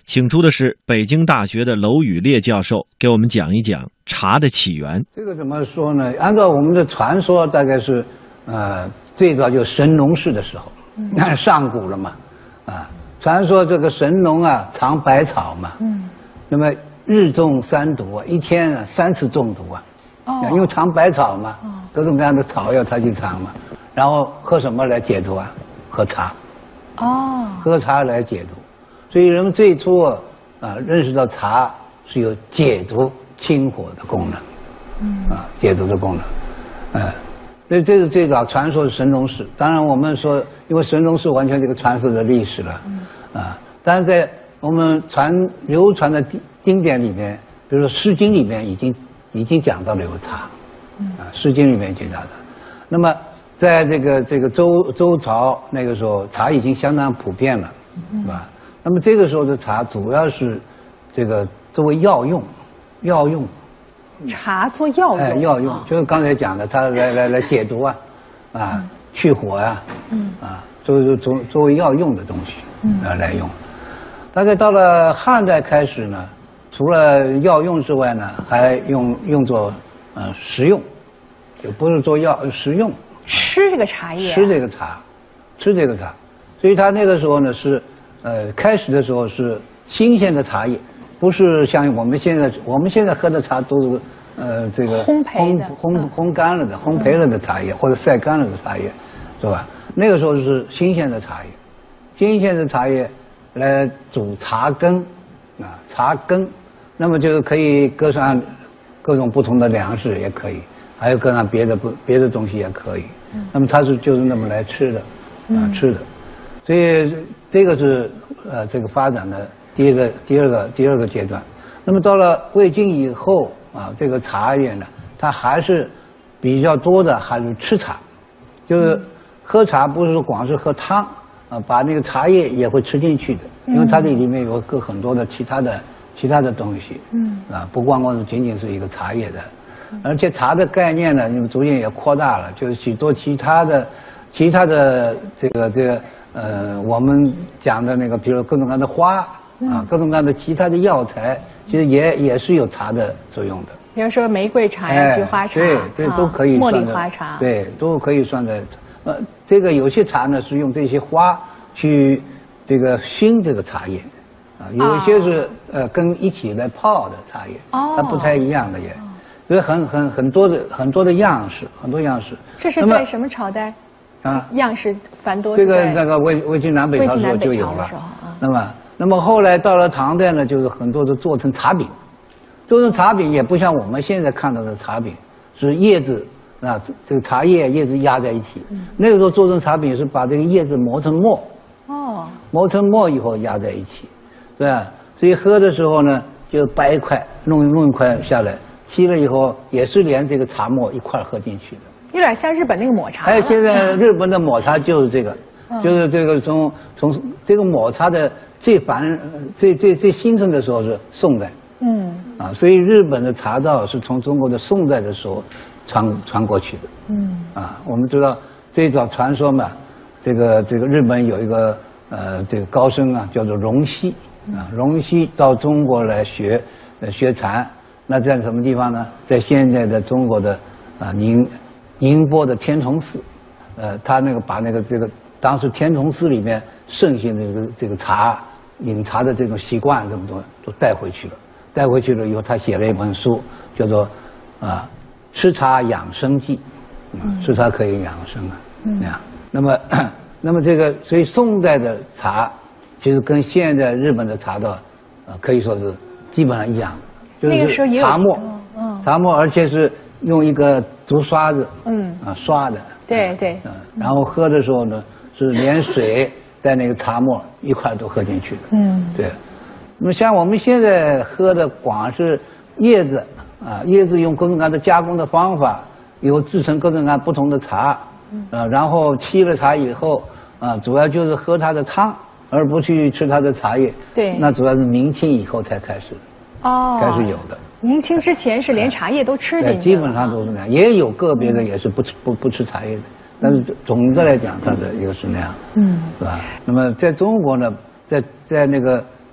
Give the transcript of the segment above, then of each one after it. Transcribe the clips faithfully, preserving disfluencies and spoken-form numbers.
请出的是北京大学的娄宇烈教授，给我们讲一讲茶的起源。 这个怎么说呢？按照我们的传说，大概是，呃，最早就神农氏的时候，那、嗯、上古了嘛，啊，传说这个神农啊尝百草嘛，嗯，那么日中三毒啊，一天啊三次中毒啊，哦，因为尝百草嘛，哦，各种各样的草药他去尝嘛，然后喝什么来解毒啊？喝茶，哦，喝茶来解毒。所以人们最初啊，啊认识到茶是有解毒清火的功能，嗯，啊解毒的功能，嗯，所以这是最早传说的神农氏。当然我们说，因为神农氏完全这个传说的历史了，嗯，啊，但是在我们传流传的经典里面，比如说《诗经》里面已经已经讲到了有茶，啊，《诗经》里面已经讲到。那么在这个这个周周朝那个时候，茶已经相当普遍了，是吧？那么这个时候的茶主要是这个作为药用，药用。 茶做药用。哎， 药用就是刚才讲的，它来来来解毒啊，啊，嗯、去火呀、啊，嗯，啊，作为作作为药用的东西，嗯，啊来用。大概到了汉代开始呢，除了药用之外呢，还用用作呃食用，就不是做药，食用。 吃这个茶叶。 吃这个茶，吃这个茶，所以他那个时候呢是。呃，开始的时候是新鲜的茶叶，不是像我们现在我们现在喝的茶都是呃这个烘焙的、 烘烘烘干了的、烘焙了的茶叶或者晒干了的茶叶，是吧？那个时候是新鲜的茶叶，新鲜的茶叶来煮茶羹，啊，茶羹，那么就可以搁上各种不同的粮食也可以，还有搁上别的不别的东西也可以。那么它是就是那么来吃的，啊，吃的，所以。这个是呃这个发展的第一个、第二个、第二个阶段。那么到了魏晋以后啊，这个茶叶呢，它还是比较多的还是吃茶，就是喝茶不是说光是喝汤啊，把那个茶叶也会吃进去的，因为它这里面有个很多的其他的其他的东西，嗯啊，不光光是仅仅是一个茶叶的，而且茶的概念呢，你们逐渐也扩大了，就是许多其他的其他的这个这个。呃，我们讲的那个，比如各种各样的花啊，各种各样的其他的药材，其实也也是有茶的作用的。 比如说玫瑰茶呀、菊花茶， 对对，都可以。 茉莉花茶， 对，都可以算在。呃，这个有些茶呢是用这些花去这个熏这个茶叶，啊，有一些是呃跟一起来泡的茶叶，它不太一样的也，所以很很很多的很多的样式，很多样式。 这是在什么朝代？啊，样式繁多。 这个那个魏魏晋南北朝时候就有了。那么，那么后来到了唐代呢，就是很多的做成茶饼，做成茶饼也不像我们现在看到的茶饼，是叶子啊，这个茶叶叶子压在一起。嗯、那个时候做成茶饼是把这个叶子磨成沫，哦，磨成沫以后压在一起，对吧？所以喝的时候呢，就掰一块，弄弄一块下来，沏了以后也是连这个茶沫一块喝进去的。 有点像日本那个抹茶。 哎，现在日本的抹茶就是这个，嗯、就是这个从从这个抹茶的最繁最最最兴盛的时候是宋代，嗯，啊，所以日本的茶道是从中国的宋代的时候传传过去的，嗯，啊，我们知道最早传说嘛，这个这个日本有一个呃这个高僧啊，叫做荣西，啊，荣西到中国来学呃学禅，那在什么地方呢？在现在的中国的啊宁。宁波的天童寺，呃，他那个把那个这个当时天童寺里面盛行的这个这个茶饮茶的这种习惯这么多都带回去了，带回去了以后，他写了一本书，叫做啊《吃茶养生记》，啊，吃茶可以养生啊，那样。那么，那么这个，所以宋代的茶其实跟现在日本的茶道啊可以说是基本上一样，就是茶沫，嗯，茶沫，而且是用一个竹刷子，嗯啊刷的， 对对， 嗯，然后喝的时候呢，是连水带那个茶沫一块都喝进去的，嗯，对。那么像我们现在喝的光是叶子啊，叶子用各种各样的加工的方法，以后制成各种各样不同的茶，啊，然后沏了茶以后啊，主要就是喝它的汤，而不去吃它的茶叶。 对， 那主要是明清以后才开始，哦，开始有的。 明清之前是连茶叶都吃进去， 基本上都是那样，也有个别的也是不吃不不吃茶叶的，但是总的来讲，它的也是那样，嗯，是吧？那么在中国呢，在在那个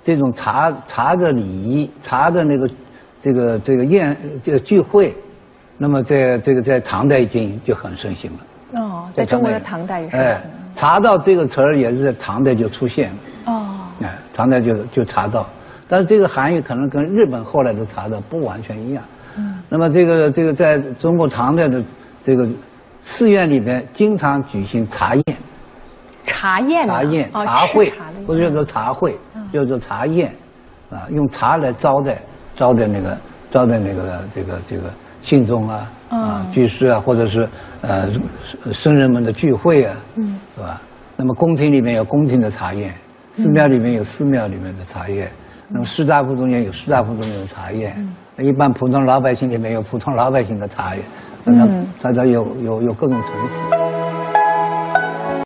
这种茶茶的礼仪、茶的那个这个这个宴这个聚会，那么在这个在唐代已经就很盛行了。 哦，在中国的唐代也盛行。 哎，茶道这个词儿也是在唐代就出现了。哦，哎，唐代就就茶道，但是这个含义可能跟日本后来的茶道不完全一样。嗯，那么这个这个在中国唐代的这个寺院里边经常举行茶宴。 茶宴， 茶宴、 哦、 茶会， 茶或者叫做茶会，嗯、叫做茶宴，啊，用茶来招待招待那个招待那个这个这个信众啊、嗯、啊居士啊，或者是呃僧人们的聚会啊，嗯，是吧？那么宫廷里面有宫廷的茶宴，寺庙里面有寺庙里面的茶宴，嗯、那么士大夫中间有士大夫中间的茶宴，嗯、一般普通老百姓里面有普通老百姓的茶宴，那它它有有有各种层次。